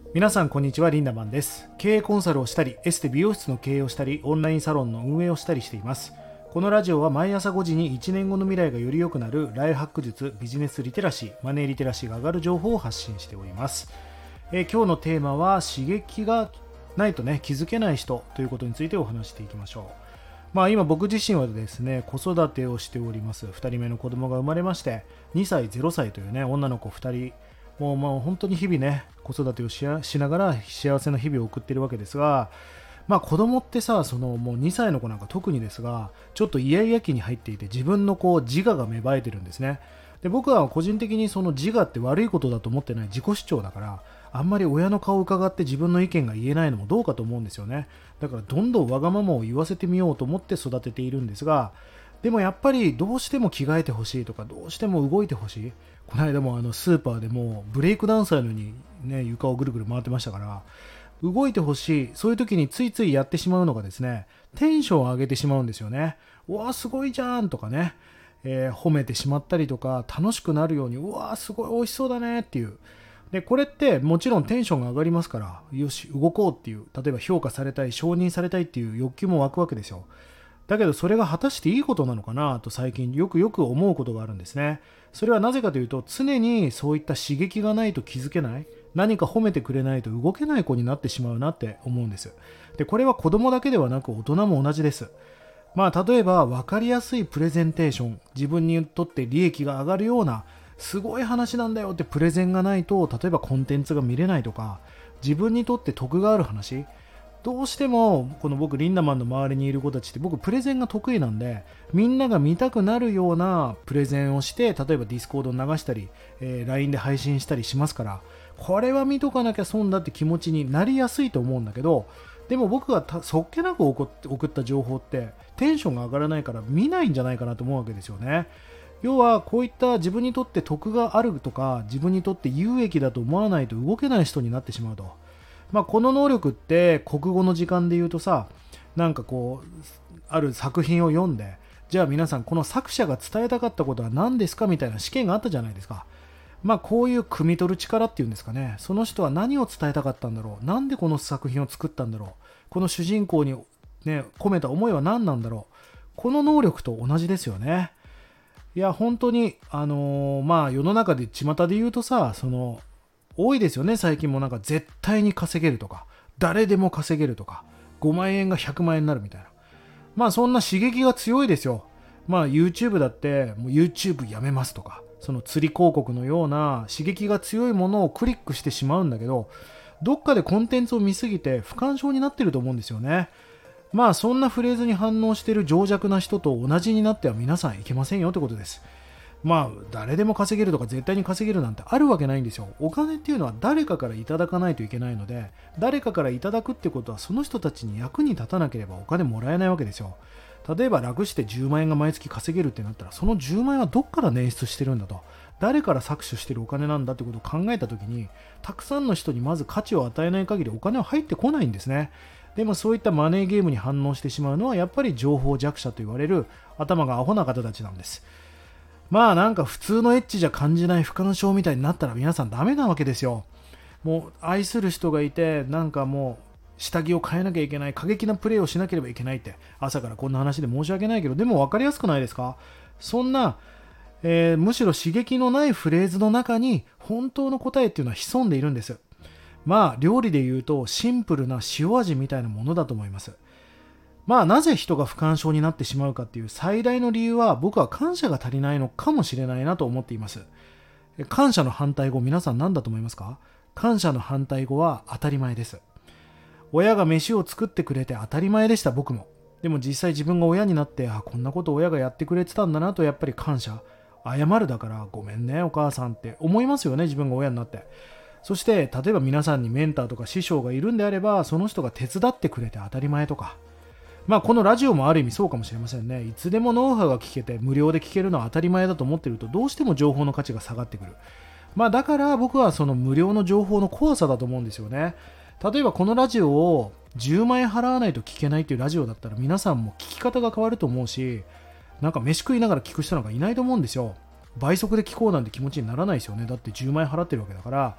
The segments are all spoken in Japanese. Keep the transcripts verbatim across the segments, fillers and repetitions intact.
皆さんこんにちは、リンダマンです。経営コンサルをしたり、エステ美容室の経営をしたり、オンラインサロンの運営をしたりしています。このラジオは毎朝ごじにいちねんごの未来がより良くなるライフハック術、ビジネスリテラシー、マネーリテラシーが上がる情報を発信しております。えー今日のテーマは刺激がないとね気づけない人ということについてお話していきましょう。まあ今僕自身はですね子育てをしております。ふたりめの子供が生まれまして、にさい、ゼロさいというね女の子ふたり、もうまあ本当に日々ね子育てをしやしながら幸せな日々を送っているわけですが、まあ子供ってさ、そのもうにさいの子なんか特にですが、ちょっとイヤイヤ期に入っていて自分のこう自我が芽生えてるんですね。で僕は個人的にその自我って悪いことだと思ってない、自己主張だから、あんまり親の顔を伺って自分の意見が言えないのもどうかと思うんですよね。だからどんどんわがままを言わせてみようと思って育てているんですが、でもやっぱりどうしても着替えてほしいとか、どうしても動いてほしい。この間もあのスーパーでもうブレイクダンサーのようにね床をぐるぐる回ってましたから、動いてほしい。そういう時についついやってしまうのがですね、テンションを上げてしまうんですよね。うわーすごいじゃんとかね、えー褒めてしまったりとか、楽しくなるように、うわーすごい美味しそうだねっていう。でこれってもちろんテンションが上がりますから、よし動こうっていう、例えば評価されたい、承認されたいっていう欲求も湧くわけですよ。だけどそれが果たしていいことなのかなと最近よくよく思うことがあるんですね。それはなぜかというと、常にそういった刺激がないと気づけない、何か褒めてくれないと動けない子になってしまうなって思うんです。でこれは子供だけではなく大人も同じです。まあ例えば分かりやすいプレゼンテーション、自分にとって利益が上がるようなすごい話なんだよってプレゼンがないと、例えばコンテンツが見れないとか、自分にとって得がある話、どうしてもこの僕リンダマンの周りにいる子たちって僕プレゼンが得意なんで、みんなが見たくなるようなプレゼンをして、例えばディスコードを流したり、えー ライン で配信したりしますから、これは見とかなきゃ損だって気持ちになりやすいと思うんだけど、でも僕がたそっけなく送って送った情報ってテンションが上がらないから見ないんじゃないかなと思うわけですよね。要はこういった自分にとって得があるとか、自分にとって有益だと思わないと動けない人になってしまうと。まあ、この能力って国語の時間で言うとさ、なんかこうある作品を読んで、じゃあ皆さんこの作者が伝えたかったことは何ですかみたいな試験があったじゃないですか。まあこういう汲み取る力っていうんですかね、その人は何を伝えたかったんだろう、なんでこの作品を作ったんだろう、この主人公に、ね、込めた思いは何なんだろう、この能力と同じですよね。いや本当にあのーまあ世の中で巷で言うとさ、その多いですよね最近も。なんか絶対に稼げるとか、誰でも稼げるとか、ごまん円がひゃくまん円になるみたいな、まあそんな刺激が強いですよ。まあ YouTube だってもう YouTube やめますとか、その釣り広告のような刺激が強いものをクリックしてしまうんだけど、どっかでコンテンツを見すぎて不干渉になってると思うんですよね。まあそんなフレーズに反応している情弱な人と同じになっては皆さんいけませんよってことです。まあ誰でも稼げるとか絶対に稼げるなんてあるわけないんですよ。お金っていうのは誰かからいただかないといけないので、誰かからいただくってことはその人たちに役に立たなければお金もらえないわけですよ。例えば楽してじゅうまん円が毎月稼げるってなったら、そのじゅうまん円はどっから捻出してるんだと、誰から搾取してるお金なんだってことを考えたときに、たくさんの人にまず価値を与えない限りお金は入ってこないんですね。でもそういったマネーゲームに反応してしまうのはやっぱり情報弱者と言われる頭がアホな方たちなんです。まあなんか普通のエッチじゃ感じない不干渉みたいになったら皆さんダメなわけですよ。もう愛する人がいて、なんかもう下着を変えなきゃいけない、過激なプレーをしなければいけないって、朝からこんな話で申し訳ないけど、でも分かりやすくないですか。そんな、えーむしろ刺激のないフレーズの中に本当の答えっていうのは潜んでいるんです。まあ料理で言うとシンプルな塩味みたいなものだと思います。まあなぜ人が不干渉になってしまうかっていう最大の理由は、僕は感謝が足りないのかもしれないなと思っています。感謝の反対語、皆さん何だと思いますか。感謝の反対語は当たり前です。親が飯を作ってくれて当たり前でした、僕も。でも実際自分が親になって、あ、こんなこと親がやってくれてたんだなと、やっぱり感謝、謝るだからごめんねお母さんって思いますよね、自分が親になって。そして例えば皆さんにメンターとか師匠がいるんであれば、その人が手伝ってくれて当たり前とか、まあこのラジオもある意味そうかもしれませんね。いつでもノウハウが聞けて無料で聞けるのは当たり前だと思っていると、どうしても情報の価値が下がってくる。まあだから僕はその無料の情報の怖さだと思うんですよね。例えばこのラジオをじゅうまん円払わないと聞けないっていうラジオだったら、皆さんも聞き方が変わると思うし、なんか飯食いながら聞く人なんかいないと思うんですよ。倍速で聞こうなんて気持ちにならないですよね。だってじゅうまん円払ってるわけだから。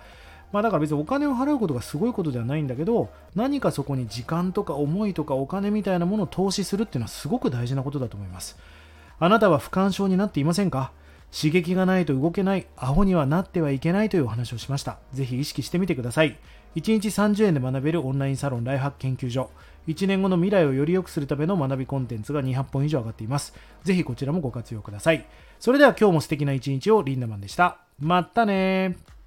まあだから別にお金を払うことがすごいことではないんだけど、何かそこに時間とか思いとかお金みたいなものを投資するっていうのはすごく大事なことだと思います。あなたは不干渉になっていませんか？刺激がないと動けない、アホにはなってはいけないというお話をしました。ぜひ意識してみてください。いちにちさんじゅうえんで学べるオンラインサロンライフハック研究所。いちねんごの未来をより良くするための学びコンテンツがにひゃっぽん以上上がっています。ぜひこちらもご活用ください。それでは今日も素敵な一日をリンダマンでした。またねー。